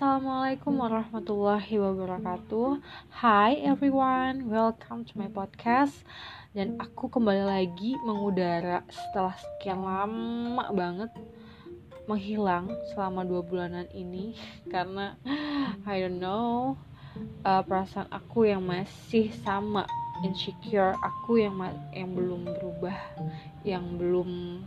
Assalamualaikum warahmatullahi wabarakatuh. Hi everyone, welcome to my podcast. Dan aku kembali lagi mengudara setelah sekian lama banget menghilang selama 2 bulanan ini. Karena I don't know, perasaan aku yang masih sama, insecure aku yang belum berubah, yang belum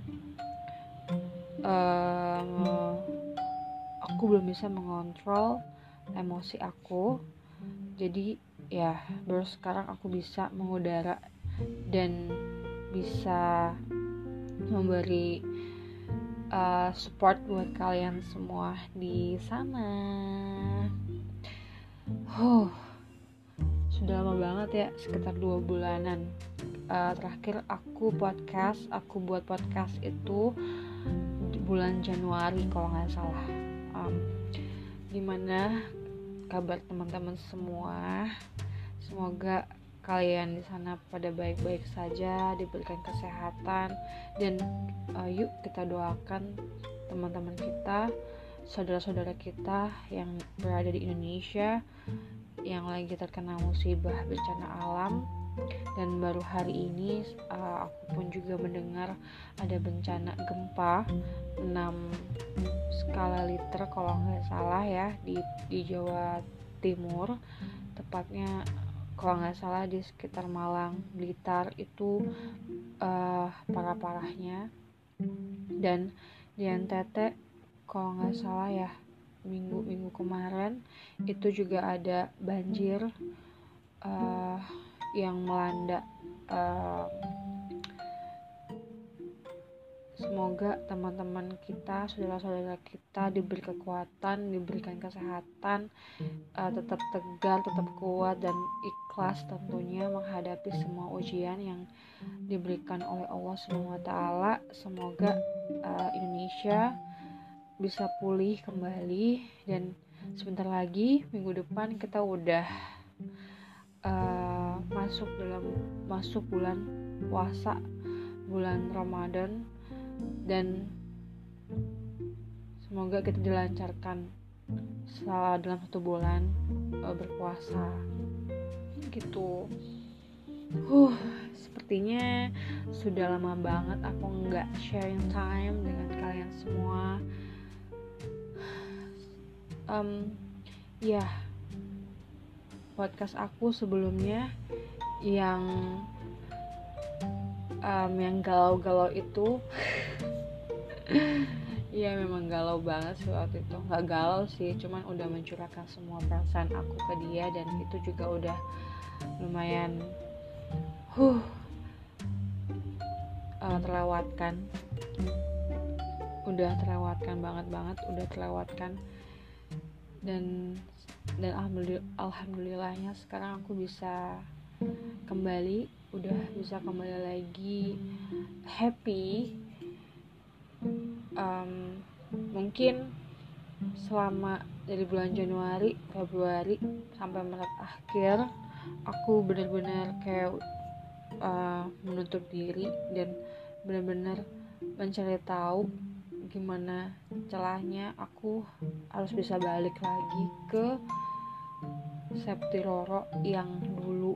aku belum bisa mengontrol emosi aku. Jadi ya baru sekarang aku bisa mengudara dan bisa memberi support buat kalian semua di sana. Sudah lama banget ya, sekitar 2 bulanan. Terakhir aku buat podcast itu di bulan Januari kalau nggak salah. Gimana kabar teman-teman semua? Semoga kalian di sana pada baik-baik saja, diberikan kesehatan, dan yuk kita doakan teman-teman kita, saudara-saudara kita yang berada di Indonesia yang lagi terkena musibah bencana alam. Dan baru hari ini aku pun juga mendengar ada bencana gempa 6 skala Richter kalau nggak salah ya di Jawa Timur, tepatnya kalau nggak salah di sekitar Malang, Blitar itu parah-parahnya. Dan di NTT kalau nggak salah ya minggu kemarin itu juga ada banjir yang melanda. Semoga teman-teman kita, saudara-saudara kita diberi kekuatan, diberikan kesehatan, tetap tegar, tetap kuat dan ikhlas tentunya menghadapi semua ujian yang diberikan oleh Allah SWT. Semoga Indonesia bisa pulih kembali, dan sebentar lagi minggu depan kita udah masuk bulan puasa, bulan Ramadan, dan semoga kita dilancarkan dalam 1 bulan berpuasa gitu. Sepertinya sudah lama banget aku nggak sharing time dengan kalian semua. Podcast aku sebelumnya yang galau-galau itu ya memang galau banget sih waktu itu. Nggak galau sih, cuman udah mencurahkan semua perasaan aku ke dia, dan itu juga udah lumayan terlewatkan. Udah terlewatkan dan alhamdulillahnya sekarang aku bisa kembali, udah bisa kembali lagi happy. Mungkin selama dari bulan Januari, Februari sampai Maret akhir aku benar-benar kayak menutup diri dan benar-benar mencari tahu gimana celahnya aku harus bisa balik lagi ke Septi Roro yang dulu,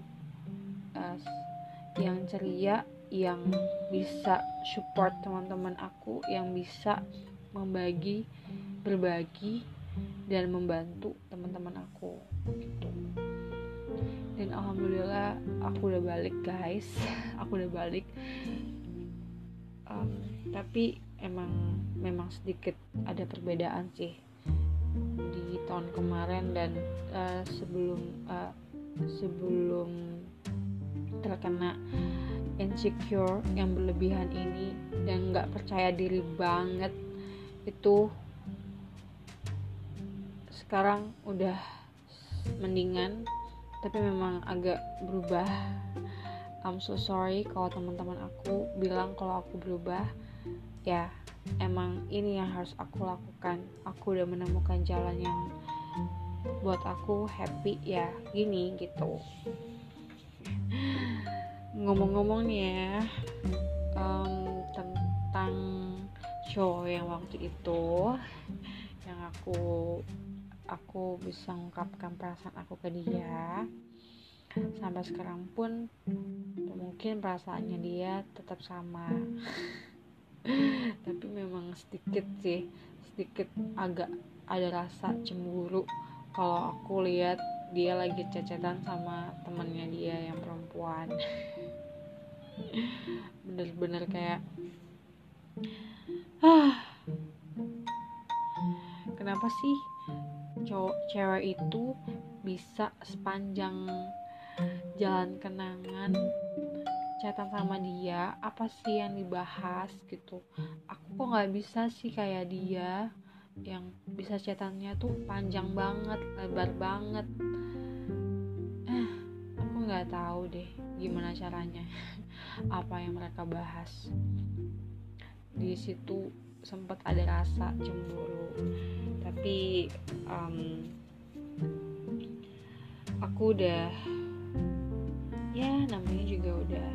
yang ceria, yang bisa support teman-teman aku, yang bisa berbagi dan membantu teman-teman aku gitu. Dan alhamdulillah aku udah balik guys, aku udah balik. Tapi memang sedikit ada perbedaan sih di tahun kemarin dan sebelum terkena insecure yang berlebihan ini dan nggak percaya diri banget itu. Sekarang udah mendingan, tapi memang agak berubah. I'm so sorry kalau teman-teman aku bilang kalau aku berubah. Ya emang ini yang harus aku lakukan. Aku udah menemukan jalan yang buat aku happy ya gini gitu. Ngomong-ngomong nih ya, tentang show yang waktu itu yang aku aku bisa mengungkapkan perasaan aku ke dia. Sampai sekarang pun mungkin perasaannya dia tetap sama. Tapi memang sedikit agak ada rasa cemburu kalau aku lihat dia lagi cecetan sama temannya dia yang perempuan. Bener-bener kayak kenapa sih cewek itu bisa sepanjang jalan kenangan chatan sama dia, apa sih yang dibahas gitu. Aku kok gak bisa sih kayak dia yang bisa chatannya tuh panjang banget, lebar banget. Aku gak tahu deh gimana caranya. Apa yang mereka bahas. Di situ sempat ada rasa cemburu, tapi aku udah, ya namanya juga udah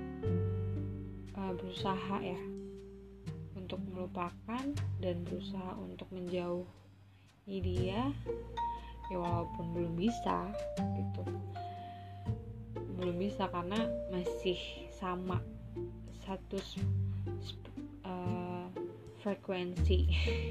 berusaha ya untuk melupakan dan berusaha untuk menjauhi dia, ya walaupun belum bisa gitu, belum bisa karena masih sama satu frekuensi.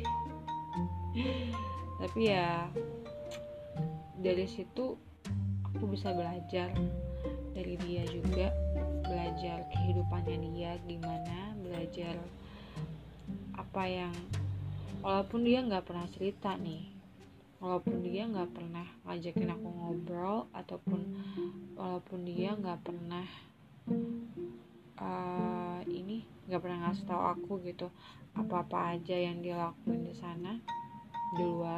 Tapi ya dari situ aku bisa belajar dari dia juga, belajar kehidupannya dia gimana, belajar apa yang, walaupun dia nggak pernah cerita nih, walaupun dia nggak pernah ngajakin aku ngobrol, ataupun walaupun dia nggak pernah nggak pernah ngasih tahu aku gitu apa-apa aja yang dia lakuin di sana di luar,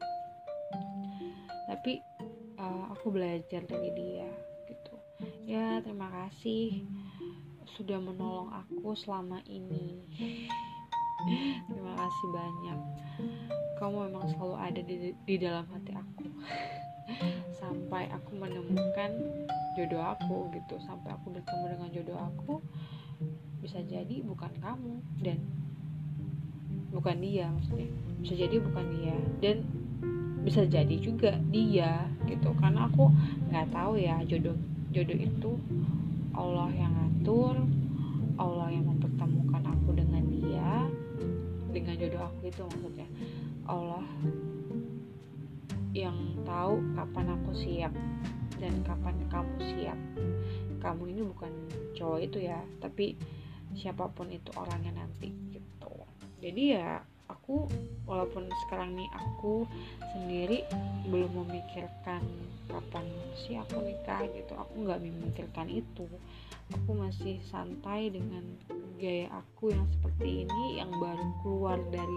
tapi aku belajar dari dia gitu. Ya terima kasih sudah menolong aku selama ini. Terima kasih banyak, kamu memang selalu ada di dalam hati aku sampai aku menemukan jodoh aku gitu, sampai aku bertemu dengan jodoh aku. Bisa jadi bukan kamu dan bukan dia, maksudnya bisa jadi bukan dia dan bisa jadi juga dia gitu, karena aku nggak tahu ya, jodoh itu Allah yang ngatur, Allah yang mempertemukan aku dengan dia, dengan jodoh aku itu, maksudnya Allah yang tahu kapan aku siap dan kapan kamu siap. Kamu ini bukan cowok itu ya, tapi siapapun itu orangnya nanti gitu. Jadi ya aku, walaupun sekarang nih aku sendiri belum memikirkan kapan sih aku nikah gitu, aku nggak memikirkan itu. Aku masih santai dengan gaya aku yang seperti ini, yang baru keluar dari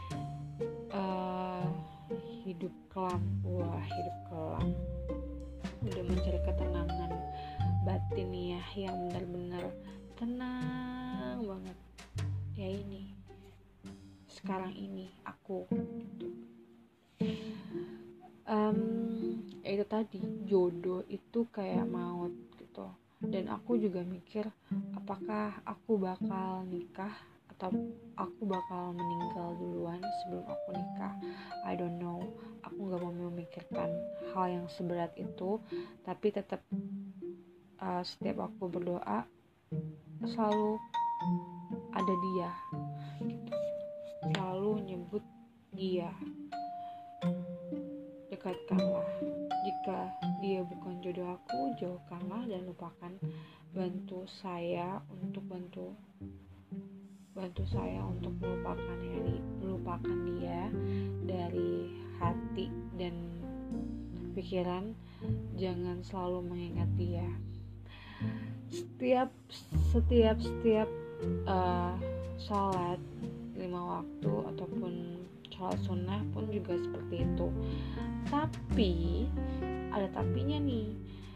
hidup kelam. Hidup kelam, udah mencari ketenangan batin ya, yang benar-benar tenang banget ya. Ini sekarang ini aku gitu. Itu tadi, jodoh itu kayak maut gitu, dan aku juga mikir apakah aku bakal nikah atau aku bakal meninggal duluan sebelum aku nikah. I don't know, aku gak mau memikirkan hal yang seberat itu, tapi tetap setiap aku berdoa selalu ada dia gitu. Selalu nyebut dia, dekatkanlah. Jika dia bukan jodoh aku, jauhkanlah dan lupakan. Bantu saya untuk melupakan dia dari hati dan pikiran. Jangan selalu mengingat dia. Setiap sholat 5 waktu ataupun sholat sunnah pun juga seperti itu. Tapi ada tapinya nih.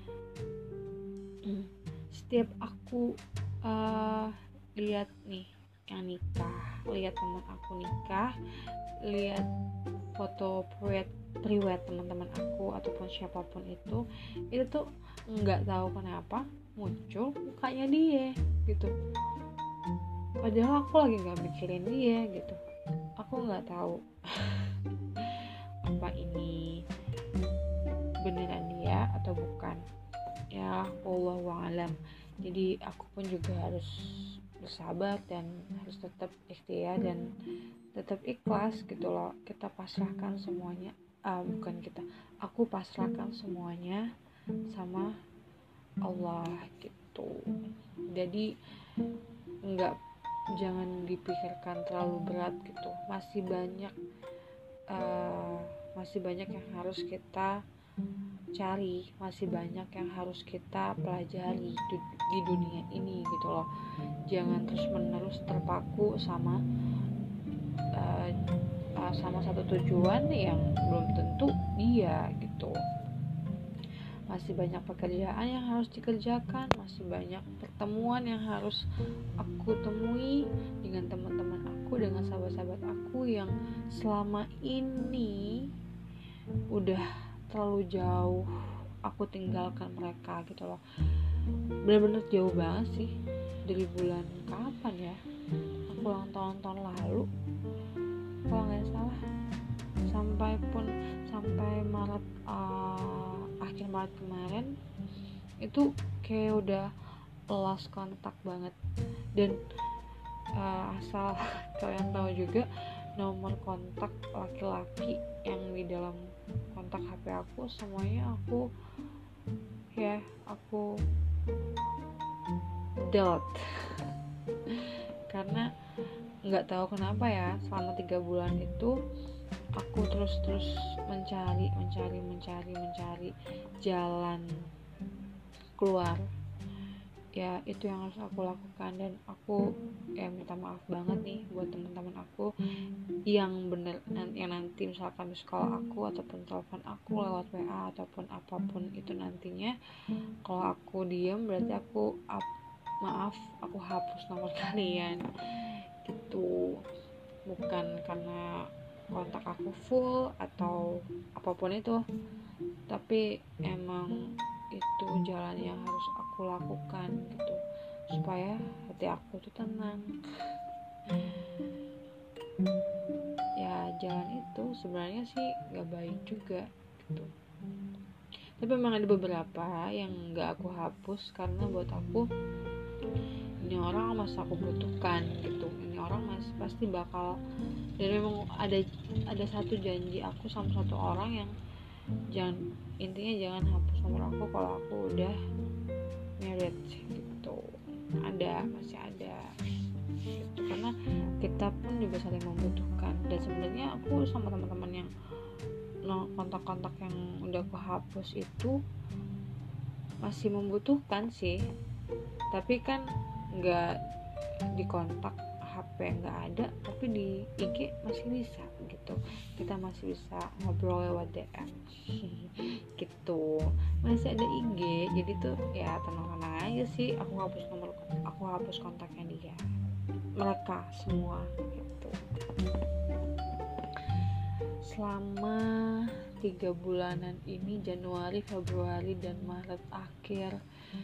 Setiap aku lihat nih yang nikah, lihat teman aku nikah, lihat foto priwet teman-teman aku ataupun siapapun itu tuh nggak tahu kenapa muncul mukanya dia gitu. Padahal aku lagi nggak mikirin dia gitu. Aku nggak tahu. Aku apa ini beneran dia atau bukan, ya wallahu a'lam. Jadi aku pun juga harus bersabar dan harus tetap ikhtiar dan tetap ikhlas gitu loh. Kita pasrahkan semuanya, bukan kita, aku pasrahkan semuanya sama Allah gitu. Jadi jangan dipikirkan terlalu berat gitu. Masih banyak yang harus kita cari, masih banyak yang harus kita pelajari di dunia ini gitu loh. Jangan terus menerus terpaku sama satu tujuan yang belum tentu dia gitu. Masih banyak pekerjaan yang harus dikerjakan, masih banyak pertemuan yang harus aku temui dengan teman-teman aku, dengan sahabat-sahabat aku yang selama ini udah terlalu jauh aku tinggalkan mereka gitu loh. Bener-bener jauh banget sih. Dari bulan kapan ya, aku ulang tahun lalu kalau nggak salah, sampai Maret, akhir Maret kemarin itu kayak udah lost kontak banget. Dan asal kalian tahu juga, nomor kontak laki-laki yang di dalam kontak HP aku semuanya aku delete karena nggak tahu kenapa ya, selama 3 bulan itu aku terus mencari jalan keluar. Ya itu yang harus aku lakukan, dan aku minta maaf banget nih buat teman-teman aku yang nanti misalkan di sekolah aku ataupun telepon aku lewat WA ataupun apapun itu nantinya, kalau aku diem berarti aku hapus nomor kalian gitu. Bukan karena kontak aku full atau apapun itu, tapi emang itu jalan yang harus aku lakukan gitu, supaya hati aku tuh tenang. Ya jalan itu sebenarnya sih gak baik juga gitu, tapi memang ada beberapa yang gak aku hapus karena buat aku ini orang masih aku butuhkan gitu, ini orang masih pasti bakal. Dan memang ada satu janji aku sama satu orang yang jangan hapus nomor aku kalau aku udah married gitu. Masih ada gitu, karena kita pun juga saling membutuhkan. Dan sebenarnya aku sama teman-teman yang kontak-kontak yang udah aku hapus itu masih membutuhkan sih, tapi kan nggak di kontak HP nggak ada, tapi di IG masih bisa gitu, kita masih bisa ngobrol lewat DM gitu, masih ada IG. Jadi tuh ya tenang-tenang aja sih, aku hapus kontaknya mereka semua gitu. Selama 3 bulanan ini, Januari, Februari, dan Maret akhir,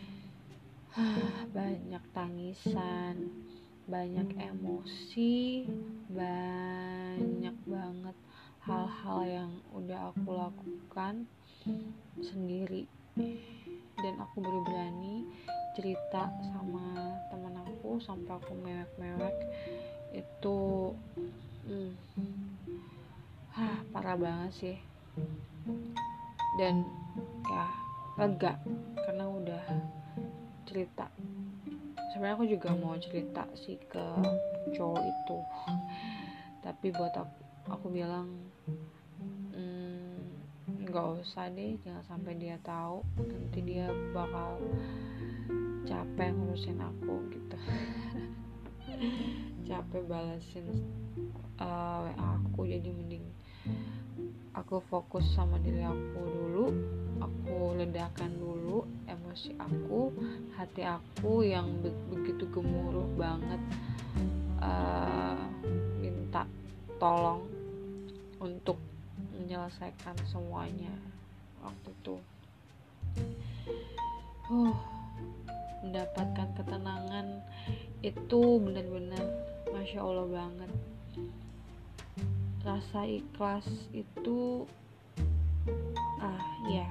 banyak tangisan, banyak emosi, banyak banget hal-hal yang udah aku lakukan sendiri, dan aku baru berani cerita sama teman aku sampai aku mewek itu. Parah banget sih, dan ya lega karena udah cerita. Sebenarnya aku juga mau cerita sih ke cowok itu, tapi buat aku bilang nggak usah deh, jangan sampai dia tahu, nanti dia bakal capek ngurusin aku gitu capek balasin WA aku. Jadi mending aku fokus sama diri aku dulu, aku ledakan dulu emosi aku, hati aku yang begitu gemuruh banget, minta tolong untuk menyelesaikan semuanya waktu itu. Mendapatkan ketenangan itu benar-benar Masya Allah banget. Rasa ikhlas itu Ya,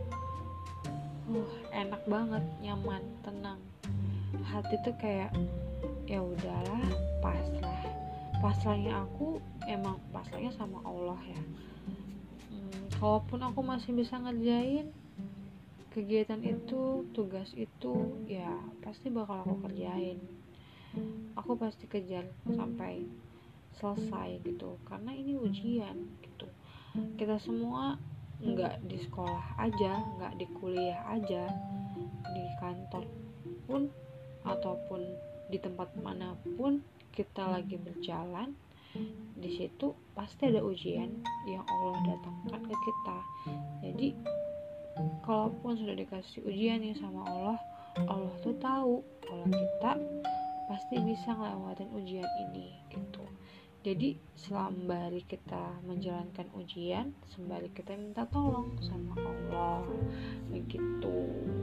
enak banget, nyaman, tenang. Hati tuh kayak ya udahlah, pasrahnya aku emang pasrahnya sama Allah ya. Kalaupun aku masih bisa ngerjain kegiatan itu, tugas itu, ya pasti bakal aku kerjain. Aku pasti kejar sampai selesai gitu, karena ini ujian gitu. Kita semua nggak di sekolah aja, nggak di kuliah aja, di kantor pun ataupun di tempat manapun kita lagi berjalan, di situ pasti ada ujian yang Allah datangkan ke kita. Jadi kalaupun sudah dikasih ujian nih sama Allah, Allah tuh tahu kalau kita pasti bisa ngelewatin ujian ini gitu. Jadi sembari kita menjalankan ujian, sembari kita minta tolong sama Allah begitu.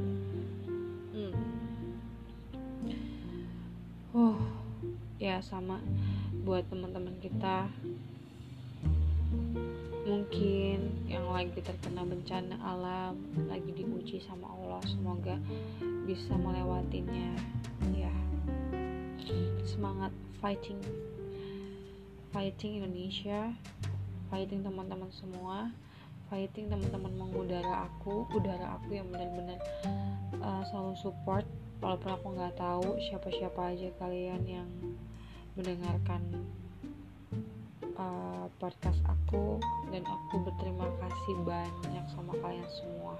Ya sama buat teman-teman kita mungkin yang lagi terkena bencana alam, lagi diuji sama Allah, semoga bisa melewatinya ya. Semangat, fighting Indonesia, fighting teman-teman semua, fighting teman-teman mengudara aku yang benar-benar selalu support walaupun aku nggak tahu siapa-siapa aja kalian yang mendengarkan podcast aku, dan aku berterima kasih banyak sama kalian semua.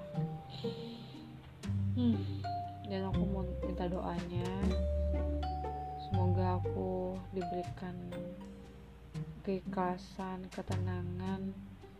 Dan aku mau minta doanya, semoga aku diberikan keikhlasan, ketenangan,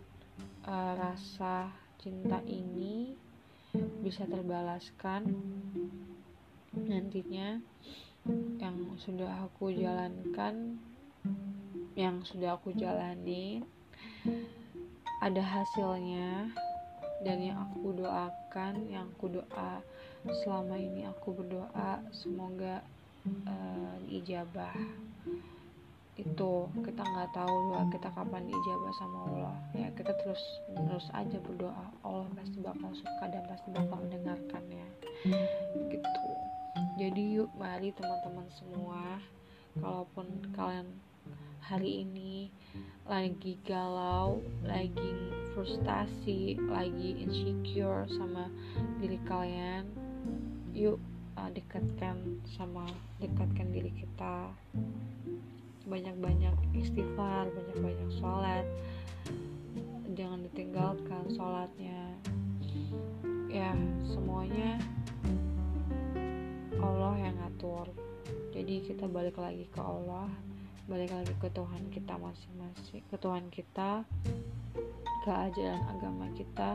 rasa cinta ini bisa terbalaskan nantinya. Yang sudah aku jalankan, yang sudah aku jalani ada hasilnya, dan yang aku doakan, yang aku doa selama ini, aku berdoa semoga diijabah. Itu kita nggak tahu doa kita kapan diijabah sama Allah ya. Kita terus aja berdoa, Allah pasti bakal suka dan pasti bakal mendengarkannya gitu. Jadi yuk, mari teman-teman semua, kalaupun kalian hari ini lagi galau, lagi frustasi, lagi insecure sama diri kalian, yuk dekatkan diri kita, banyak-banyak istighfar, banyak-banyak sholat, jangan ditinggalkan sholatnya ya. Semuanya Allah yang ngatur, jadi kita balik lagi ke Allah, balik lagi ke Tuhan kita masing-masing, ke Tuhan kita, ke ajaran agama kita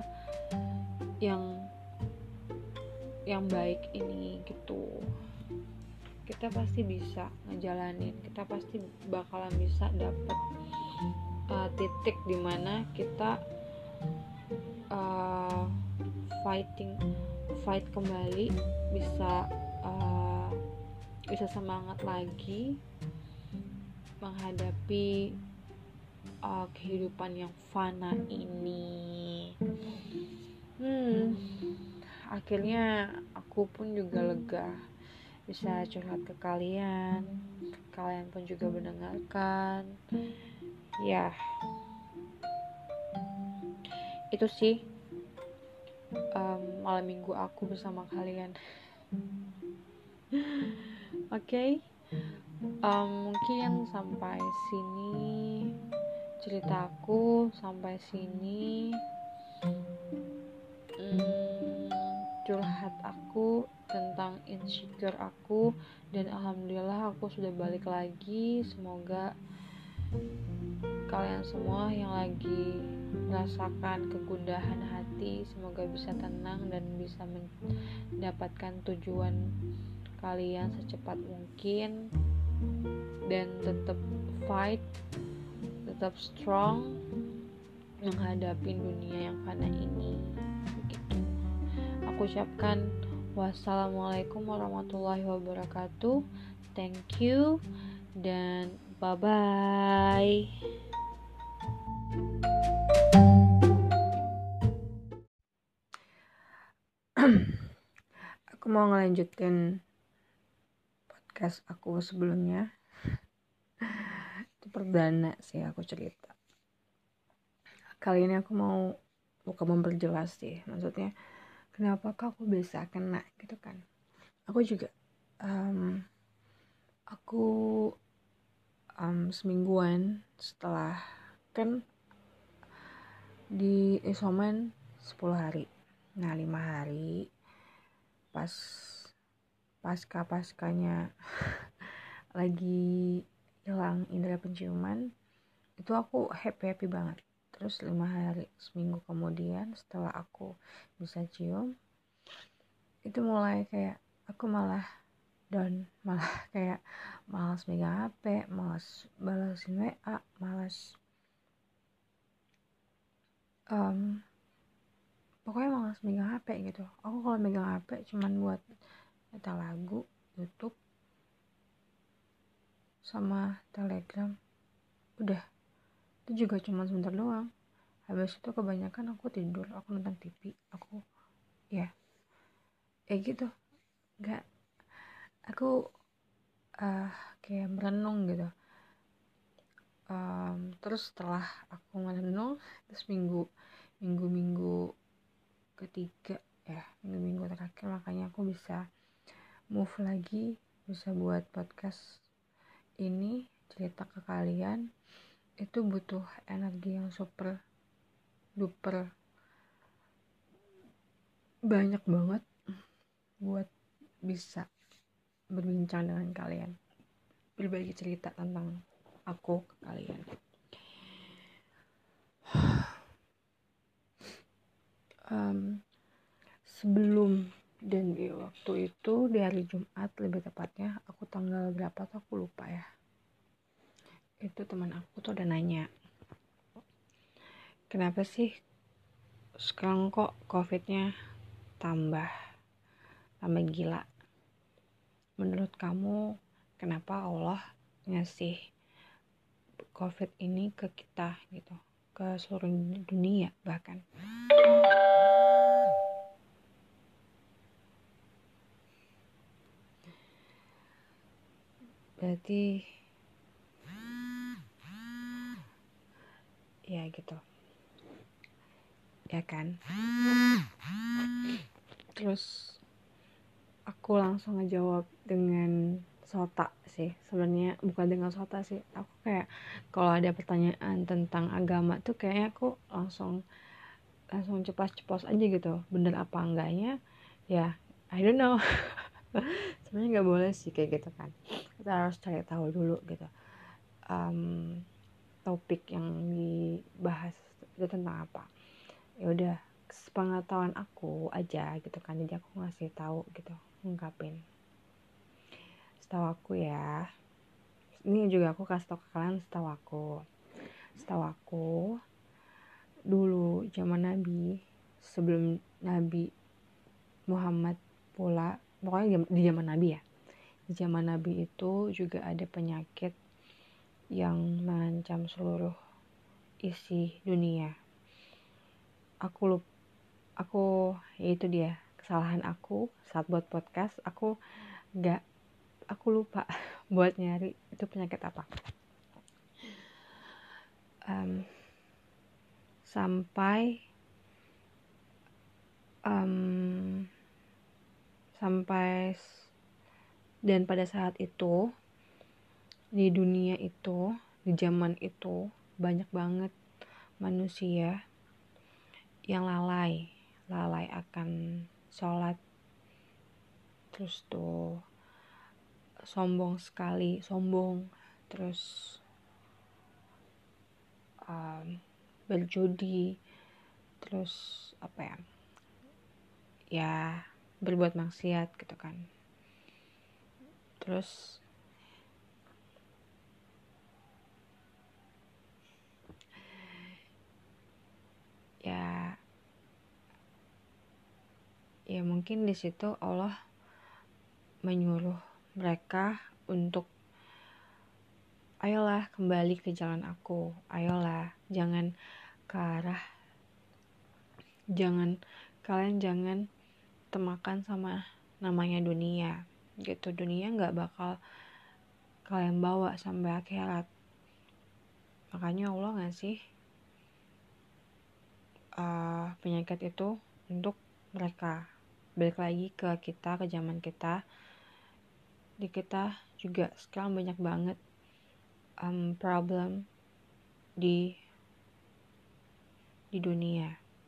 yang baik ini gitu. Kita pasti bisa ngejalanin, kita pasti bakalan bisa dapet titik dimana kita fight kembali, bisa semangat lagi menghadapi kehidupan yang fana ini. Akhirnya aku pun juga lega bisa curhat ke kalian pun juga mendengarkan ya. Itu sih malam minggu aku bersama kalian. Oke. Mungkin sampai sini ceritaku, sampai sini curhat aku tentang insecure aku, dan alhamdulillah aku sudah balik lagi. Semoga kalian semua yang lagi merasakan kegundahan hati, semoga bisa tenang dan bisa mendapatkan tujuan kalian secepat mungkin, dan tetap fight, tetap strong menghadapi dunia yang fana ini begitu. Aku ucapkan wassalamualaikum warahmatullahi wabarakatuh. Thank you dan bye bye. Aku mau ngelanjutin podcast aku sebelumnya. Itu perdana sih aku cerita. Kali ini aku mau bukan memperjelas sih, maksudnya kenapa aku bisa kena gitu kan. Aku juga semingguan setelah kan di isoman 10 hari. Nah 5 hari pas paskanya lagi hilang indera penciuman, itu aku happy banget. Terus 5 hari, seminggu kemudian setelah aku bisa cium, itu mulai kayak aku malah down, malah kayak malas megang HP, malas balasin WA, malas pokoknya malas megang HP gitu. Aku kalau megang HP cuman buat nyetel lagu, YouTube, sama Telegram. Udah, itu juga cuma sebentar doang. Habis itu kebanyakan aku tidur, aku nonton TV, aku ya gitu. Nggak, aku kayak merenung gitu. Terus setelah aku merenung, terus minggu ketiga ya, minggu terakhir, makanya aku bisa move lagi, bisa buat podcast ini, cerita ke kalian. Itu butuh energi yang super duper banyak banget buat bisa berbincang dengan kalian, berbagi cerita tentang aku ke kalian. Sebelum dan di waktu itu, di hari Jumat lebih tepatnya, aku tanggal berapa tuh aku lupa ya, itu teman aku tuh udah nanya, kenapa sih sekarang kok COVID-nya tambah gila? Menurut kamu kenapa Allah ngasih COVID ini ke kita gitu, ke seluruh dunia bahkan? Berarti ya gitu ya kan. Terus aku langsung ngejawab dengan sota sih, sebenarnya bukan dengan sota sih, aku kayak kalau ada pertanyaan tentang agama tuh kayaknya aku langsung ceplos aja gitu, bener apa enggaknya ya I don't know. Sebenarnya nggak boleh sih kayak gitu kan, kita harus cari tahu dulu gitu, topik yang dibahas itu tentang apa. Ya udah, sepengetahuan aku aja gitu kan, jadi aku ngasih tahu gitu, ngungkapin setahu aku ya. Ini juga aku kasih tahu ke kalian, setahu aku dulu zaman Nabi, sebelum Nabi Muhammad pula, pokoknya di zaman Nabi ya, di zaman Nabi itu juga ada penyakit yang mengancam seluruh isi dunia. Aku ya itu dia kesalahan aku saat buat podcast, aku lupa buat nyari itu penyakit apa. Sampai dan pada saat itu di dunia itu, di zaman itu banyak banget manusia yang lalai akan sholat, terus tuh sombong, terus berjudi, terus apa ya berbuat maksiat gitu kan. Terus ya mungkin di situ Allah menyuruh mereka untuk ayolah kembali ke jalan aku, ayolah jangan ke arah, kalian jangan temakan sama namanya dunia gitu. Dunia nggak bakal kalian bawa sampai akhirat. Makanya Allah ngasih penyakit itu untuk mereka. Balik lagi ke kita, ke zaman kita. Di kita juga sekarang banyak banget problem di dunia.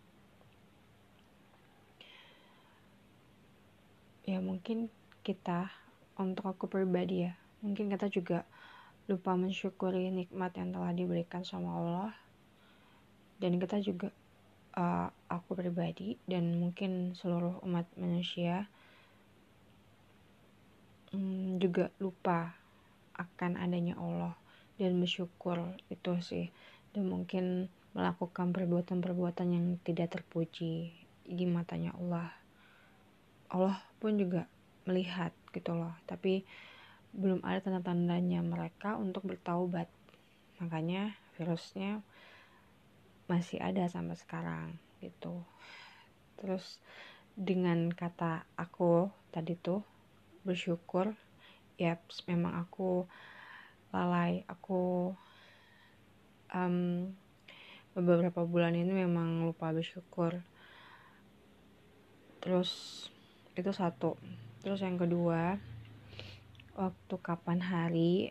Ya mungkin kita, untuk aku pribadi ya, mungkin kita juga lupa mensyukuri nikmat yang telah diberikan sama Allah. Dan kita juga, aku pribadi dan mungkin seluruh umat manusia juga lupa akan adanya Allah dan bersyukur itu sih. Dan mungkin melakukan perbuatan-perbuatan yang tidak terpuji di matanya Allah. Allah pun juga melihat gitu loh, tapi belum ada tanda-tandanya mereka untuk bertaubat. Makanya virusnya masih ada sampai sekarang gitu. Terus dengan kata aku tadi tuh bersyukur, ya memang aku lalai. Aku beberapa bulan ini memang lupa bersyukur. Terus itu satu. Terus yang kedua, waktu kapan hari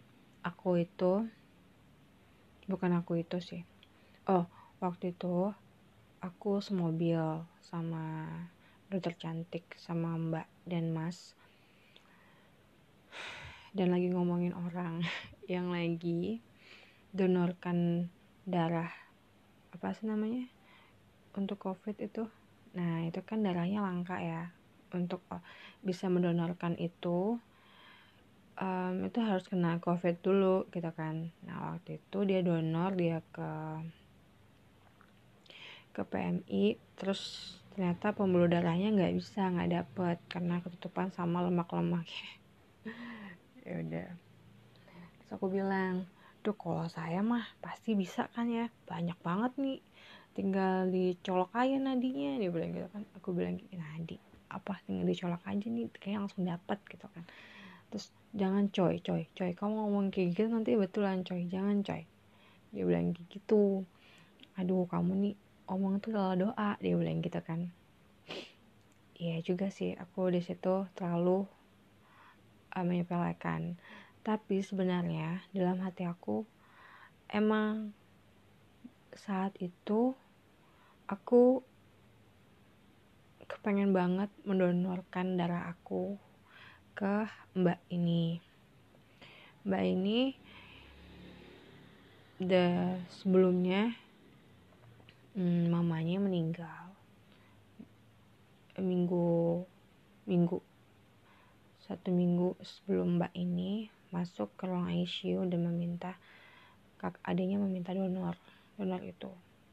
waktu itu aku semobil sama dokter cantik, sama Mbak dan Mas, dan lagi ngomongin orang yang lagi donorkan darah, apa sih namanya, untuk COVID itu. Nah itu kan darahnya langka ya. Untuk bisa mendonorkan itu harus kena COVID dulu gitu kan. Nah waktu itu dia donor, dia ke PMI, terus ternyata pembuluh darahnya nggak dapet karena ketutupan sama lemak-lemak. Ya udah, terus aku bilang, tuh kalau saya mah pasti bisa kan ya, banyak banget nih, tinggal dicolok aja nadinya. Dia bilang gitu kan. Aku bilang, nadi apa, tinggal dicolok aja nih kayak langsung dapat gitu kan. Terus jangan coy kamu ngomong kayak gitu nanti betulan coy, jangan coy. Dia bilang gitu. Aduh kamu nih omong tuh kalau doa, dia bilang gitu kan. Iya juga sih, aku di situ terlalu menyepelekan. Tapi sebenarnya dalam hati aku emang saat itu aku kepengen banget mendonorkan darah aku ke Mbak ini. Sebelumnya mamanya meninggal satu minggu sebelum Mbak ini masuk ke ruang ICU dan adiknya meminta donor itu.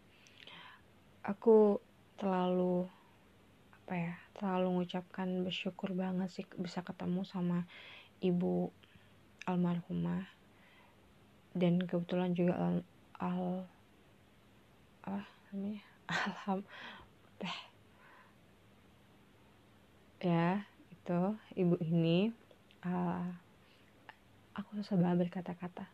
Aku terlalu mengucapkan bersyukur banget sih bisa ketemu sama ibu almarhumah, dan kebetulan juga itu ibu ini, aku susah banget berkata-kata.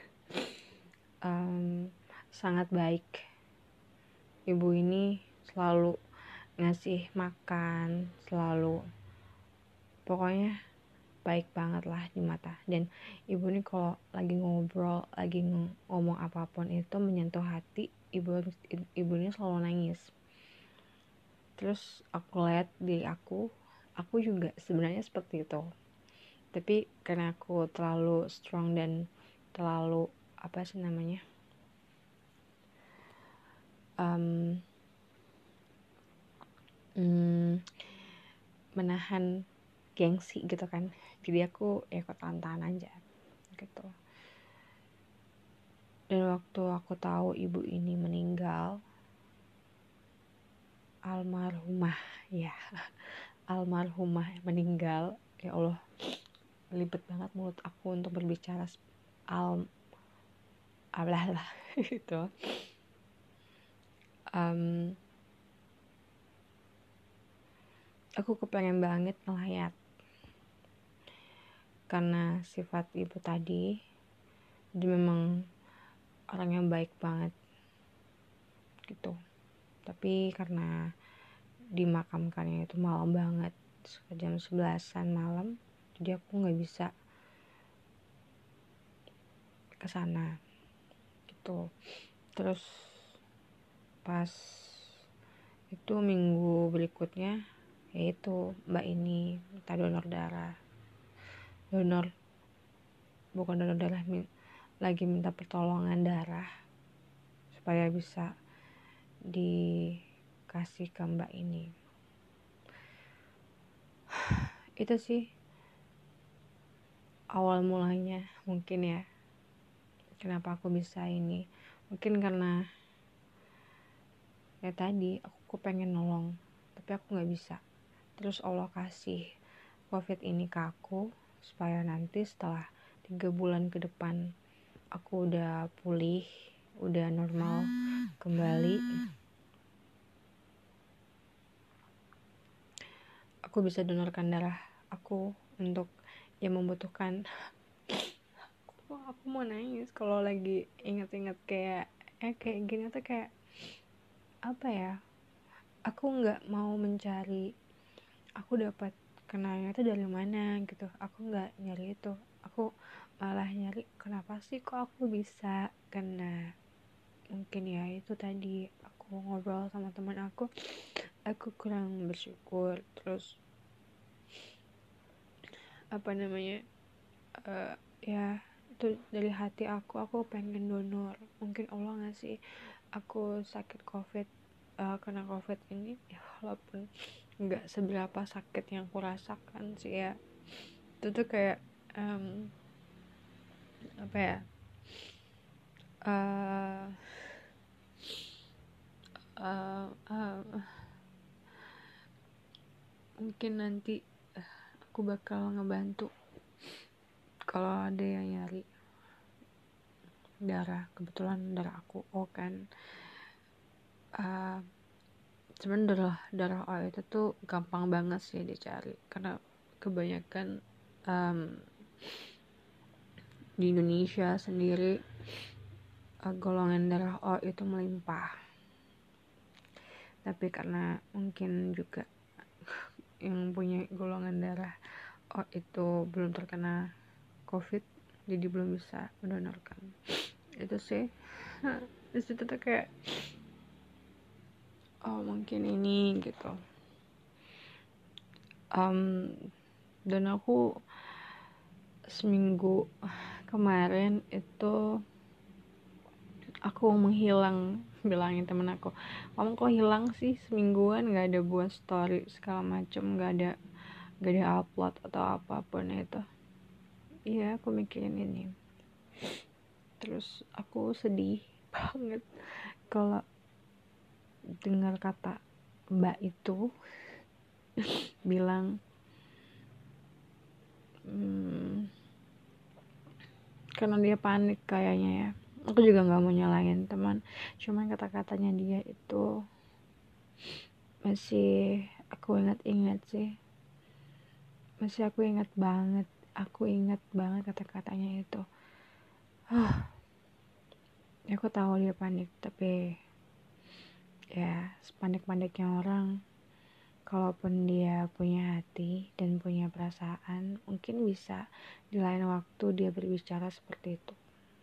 Sangat baik. Ibu ini selalu ngasih makan, selalu pokoknya baik banget lah di mata. Dan ibu ini kalau lagi ngobrol, lagi ngomong apapun itu menyentuh hati, ibu ini selalu nangis. Terus aku lihat diri aku juga sebenarnya seperti itu, tapi karena aku terlalu strong dan terlalu menahan gengsi gitu kan, jadi aku ikut tahan aja gitu. Dan waktu aku tahu ibu ini meninggal, almarhumah meninggal, ya Allah, libet banget mulut aku untuk berbicara gitu. Aku kepengen banget ngelayat karena sifat ibu tadi, dia memang orang yang baik banget gitu. Tapi karena dimakamkannya itu malam banget, jam 11-an malam, jadi aku nggak bisa ke sana gitu. Terus pas itu minggu berikutnya, yaitu mbak ini minta donor darah, lagi minta pertolongan darah supaya bisa dikasih ke mbak ini. Itu sih awal mulanya mungkin ya, kenapa aku bisa ini. Mungkin karena ya tadi aku pengen nolong tapi aku gak bisa. Terus Allah kasih COVID ini ke aku supaya nanti setelah 3 bulan ke depan aku udah pulih, udah normal kembali, aku bisa donorkan darah aku untuk yang membutuhkan. Aku mau nangis kalau lagi inget-inget kayak gini tuh, kayak apa ya, aku nggak mau mencari aku dapat kenalnya itu dari mana gitu. Aku nggak nyari itu, aku malah nyari kenapa sih kok aku bisa kena. Mungkin ya itu tadi aku ngobrol sama teman aku kurang bersyukur. Terus apa namanya, ya itu dari hati aku pengen donor. Mungkin Allah ngasih aku sakit COVID, kena COVID ini ya, walaupun nggak seberapa sakit yang aku rasakan sih ya, itu tuh kayak apa ya, uh, uh, uh, mungkin nanti aku bakal ngebantu kalau ada yang nyari darah. Kebetulan darah aku O kan, sebenarnya darah O itu tuh gampang banget sih dicari karena kebanyakan di Indonesia sendiri golongan darah O itu melimpah. Tapi karena mungkin juga yang punya golongan darah O itu belum terkena COVID, jadi belum bisa mendonorkan. Itu sih di situ tuh kayak mungkin ini gitu. Dan aku seminggu kemarin itu aku menghilang, bilangin temen aku, kamu kok hilang sih semingguan, nggak ada buat story segala macem, nggak ada upload atau apapun itu. Iya, aku mikirin ini. Terus aku sedih banget kalau dengar kata mbak itu bilang karena dia panik kayaknya ya. Aku juga nggak mau nyalain teman, cuman kata-katanya dia itu masih aku ingat sih, masih aku ingat banget kata-katanya itu. Ya aku tahu dia panik, tapi ya sepanik-paniknya orang, kalaupun dia punya hati dan punya perasaan, mungkin bisa di lain waktu dia berbicara seperti itu.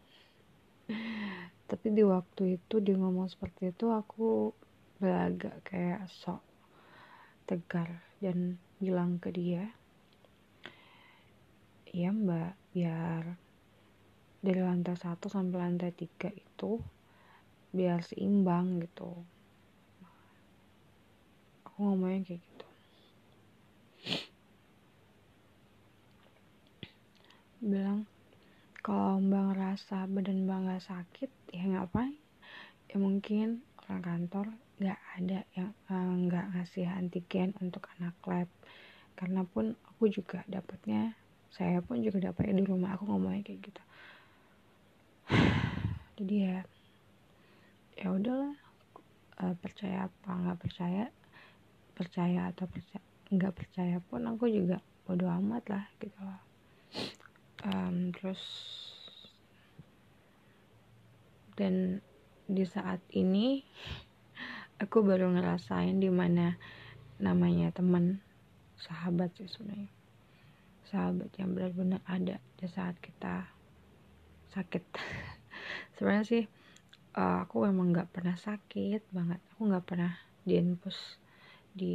Tapi di waktu itu dia ngomong seperti itu, aku beragak kayak sok tegar dan bilang ke dia, iya mbak, biar dari lantai 1 sampai lantai 3 itu biar seimbang gitu. Aku ngomongnya kayak gitu. Bilang kalau mbak ngerasa badan mbak gak sakit, ya ngapain? Ya mungkin orang kantor gak ada yang gak ngasih antigen untuk anak lab. Karena pun aku juga dapatnya, saya pun juga dapatnya di rumah. Aku ngomongnya kayak gitu. Jadi ya udahlah, percaya apa nggak percaya atau nggak percaya pun aku juga bodo amat lah gitu loh. Terus dan di saat ini aku baru ngerasain dimana namanya teman, sahabat sih sebenarnya, sahabat yang benar-benar ada di saat kita sakit. Sebenarnya sih aku emang nggak pernah sakit banget, aku nggak pernah diinfus di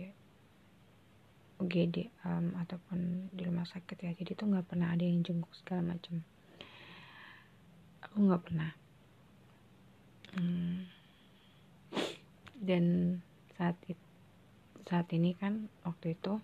UGD ataupun di rumah sakit ya, jadi tuh nggak pernah ada yang jenguk segala macam, aku nggak pernah. Dan saat ini kan waktu itu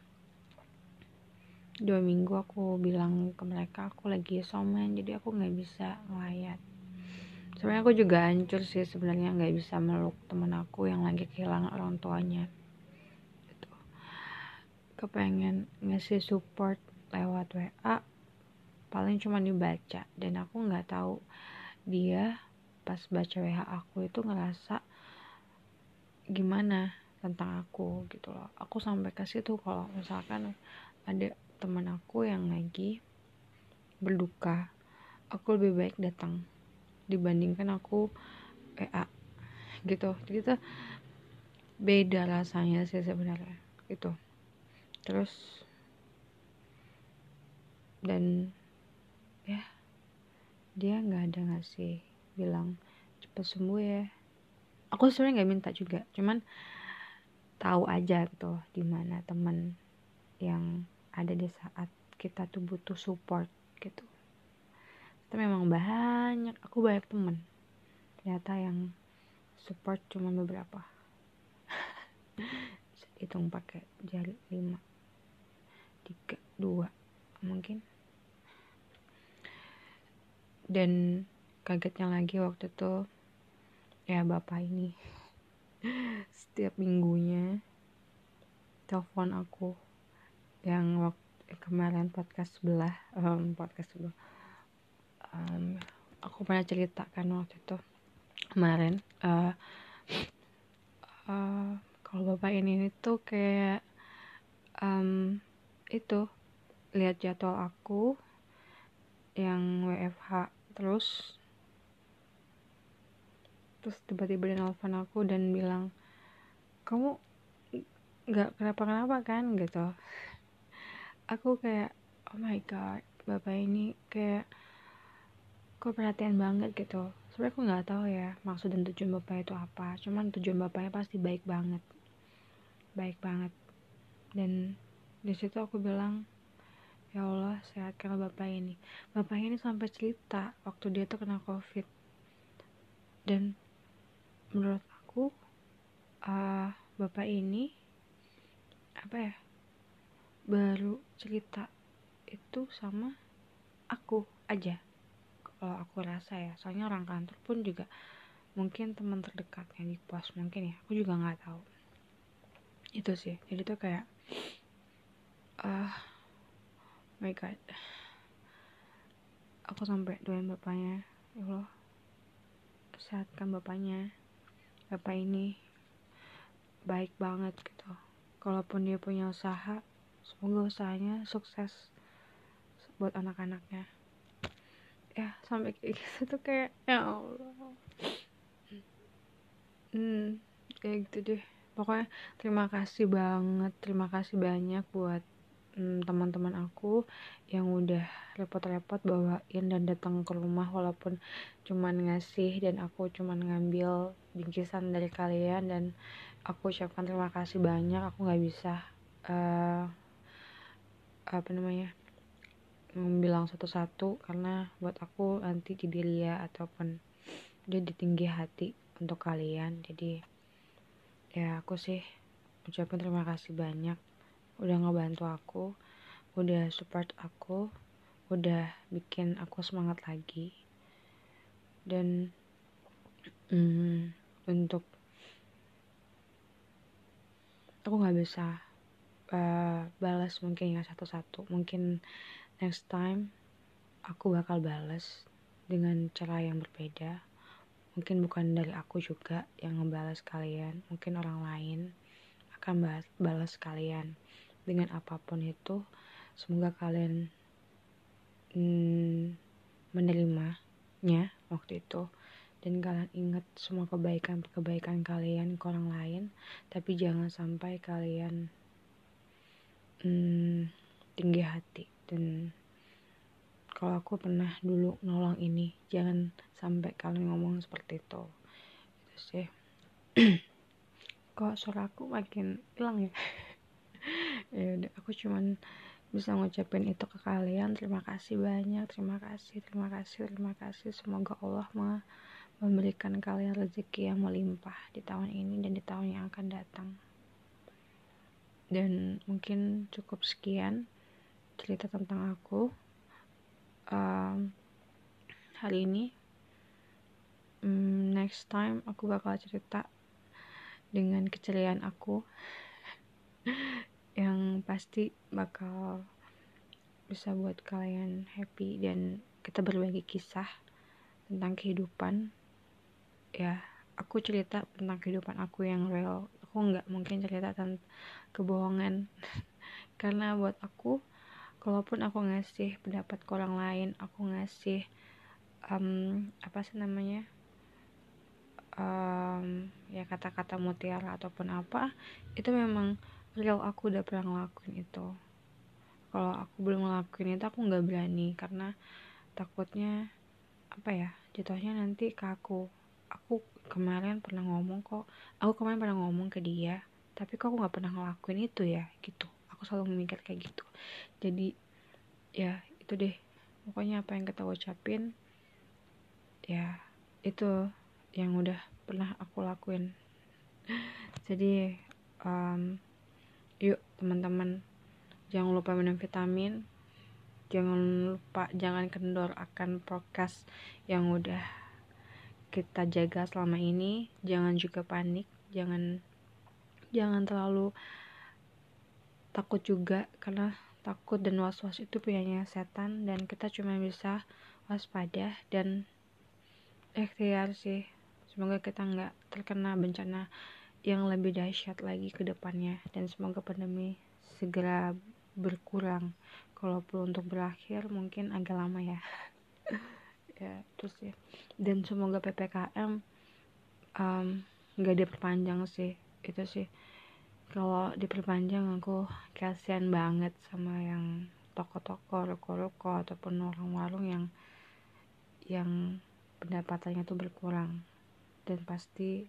2 minggu aku bilang ke mereka aku lagi isoman, jadi aku nggak bisa ngelayat. Sebenarnya aku juga hancur sih sebenarnya, nggak bisa meluk temen aku yang lagi kehilangan orang tuanya gitu. Kepengen ngasih support lewat WA, paling cuma dibaca, dan aku nggak tahu dia pas baca WA aku itu ngerasa gimana tentang aku gitu loh. Aku sampai ke situ kalau misalkan ada teman aku yang lagi berduka, aku lebih baik datang dibandingkan aku WA gitu. Jadi tuh beda rasanya sih sebenarnya gitu. Terus dan ya dia nggak ada ngasih bilang cepet sembuh ya. Aku sebenarnya nggak minta juga, cuman tahu aja gitu di mana teman yang ada di saat kita tuh butuh support gitu. Itu memang aku banyak teman, ternyata yang support cuma beberapa. Hitung pakai jari 5, 3, 2 mungkin. Dan kagetnya lagi waktu itu ya bapak ini setiap minggunya telepon aku, yang waktu kemarin podcast sebelah aku pernah ceritakan waktu itu kemarin kalau bapak ini tuh kayak itu lihat jadwal aku yang WFH terus tiba-tiba dia nelfon aku dan bilang, kamu nggak kenapa-kenapa kan gitu. Aku kayak oh my god, bapak ini kayak kok perhatian banget gitu. Sebenarnya aku nggak tahu ya maksud dan tujuan bapak itu apa, cuman tujuan bapaknya pasti baik banget. Dan di situ aku bilang, ya Allah sehatkanlah bapak ini. Bapak ini sampai cerita waktu dia tuh kena COVID, dan menurut aku bapak ini baru cerita itu sama aku aja kalau aku rasa ya, soalnya orang kantor pun juga mungkin teman terdekatnya di pos mungkin ya, aku juga nggak tahu itu sih. Jadi tuh kayak my god, aku sampai doain bapaknya, ya Allah sehatkan bapaknya. Bapak ini baik banget gitu, kalaupun dia punya usaha semoga usahanya sukses buat anak-anaknya ya. Sampai kayak gitu tuh kayak ya Allah. Kayak gitu deh pokoknya. Terima kasih banyak buat teman-teman aku yang udah repot-repot bawain dan datang ke rumah, walaupun cuman ngasih dan aku cuman ngambil bingkisan dari kalian, dan aku ucapkan terima kasih banyak. Aku nggak bisa bilang satu-satu karena buat aku nanti jadi ria ataupun jadi tinggi hati untuk kalian. Jadi ya aku sih ucapin terima kasih banyak udah ngebantu aku, udah support aku, udah bikin aku semangat lagi. Dan untuk aku nggak bisa balas mungkin ya satu-satu, mungkin next time aku bakal balas dengan cara yang berbeda. Mungkin bukan dari aku juga yang ngebalas kalian, mungkin orang lain akan balas kalian dengan apapun itu. Semoga kalian menerimanya waktu itu, dan kalian ingat semua kebaikan kalian ke orang lain, tapi jangan sampai kalian tinggi hati. Dan kalau aku pernah dulu nolong ini, jangan sampai kalian ngomong seperti itu. Itu sih. Kok suara aku makin hilang ya? Ya udah, aku cuman bisa ngucapin itu ke kalian. Terima kasih banyak, terima kasih. Semoga Allah memberikan kalian rezeki yang melimpah di tahun ini dan di tahun yang akan datang. Dan mungkin cukup sekian cerita tentang aku hari ini. Next time aku bakal cerita dengan keceriaan aku yang pasti bakal bisa buat kalian happy, dan kita berbagi kisah tentang kehidupan. Ya, aku cerita tentang kehidupan aku yang real. Aku nggak mungkin cerita tentang kebohongan karena buat aku, kalaupun aku ngasih pendapat ke orang lain, aku ngasih ya kata-kata mutiara ataupun apa, itu memang real, aku udah pernah ngelakuin itu. Kalau aku belum ngelakuin itu, aku nggak berani karena takutnya jatuhnya nanti ke aku kemarin pernah ngomong ke dia, tapi kok aku nggak pernah ngelakuin itu ya, gitu. Aku selalu memikir kayak gitu. Jadi ya itu deh, pokoknya apa yang kita ucapin ya itu yang udah pernah aku lakuin. Jadi yuk teman-teman, jangan lupa minum vitamin, jangan kendor akan prokes yang udah kita jaga selama ini. Jangan juga panik, jangan terlalu takut juga, karena takut dan was-was itu punyanya setan, dan kita cuma bisa waspada dan ikhtiar sih. Semoga kita nggak terkena bencana yang lebih dahsyat lagi ke depannya, dan semoga pandemi segera berkurang. Kalaupun untuk berakhir mungkin agak lama ya. Ya terus ya, dan semoga PPKM nggak diperpanjang sih. Itu sih, kalau diperpanjang aku kasihan banget sama yang toko-toko, ruko-ruko ataupun warung-warung yang pendapatannya tuh berkurang, dan pasti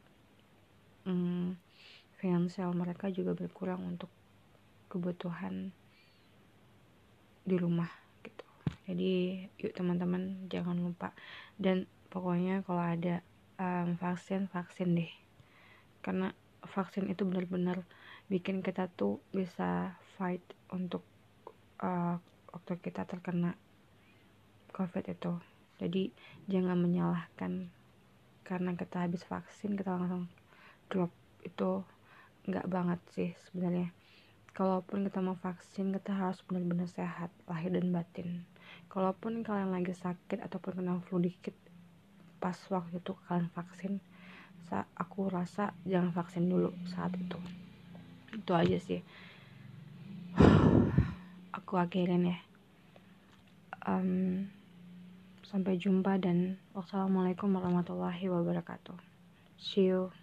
finansial mereka juga berkurang untuk kebutuhan di rumah gitu. Jadi yuk teman-teman, jangan lupa, dan pokoknya kalau ada vaksin deh, karena vaksin itu benar-benar bikin kita tuh bisa fight untuk waktu kita terkena COVID itu. Jadi jangan menyalahkan karena kita habis vaksin kita langsung drop, itu nggak banget sih sebenarnya. Kalaupun kita mau vaksin, kita harus benar-benar sehat lahir dan batin. Kalaupun kalian lagi sakit ataupun kena flu dikit pas waktu itu kalian vaksin, aku rasa jangan vaksin dulu saat itu. Itu aja sih. Aku akhirin ya. Sampai jumpa dan wassalamualaikum warahmatullahi wabarakatuh. See you.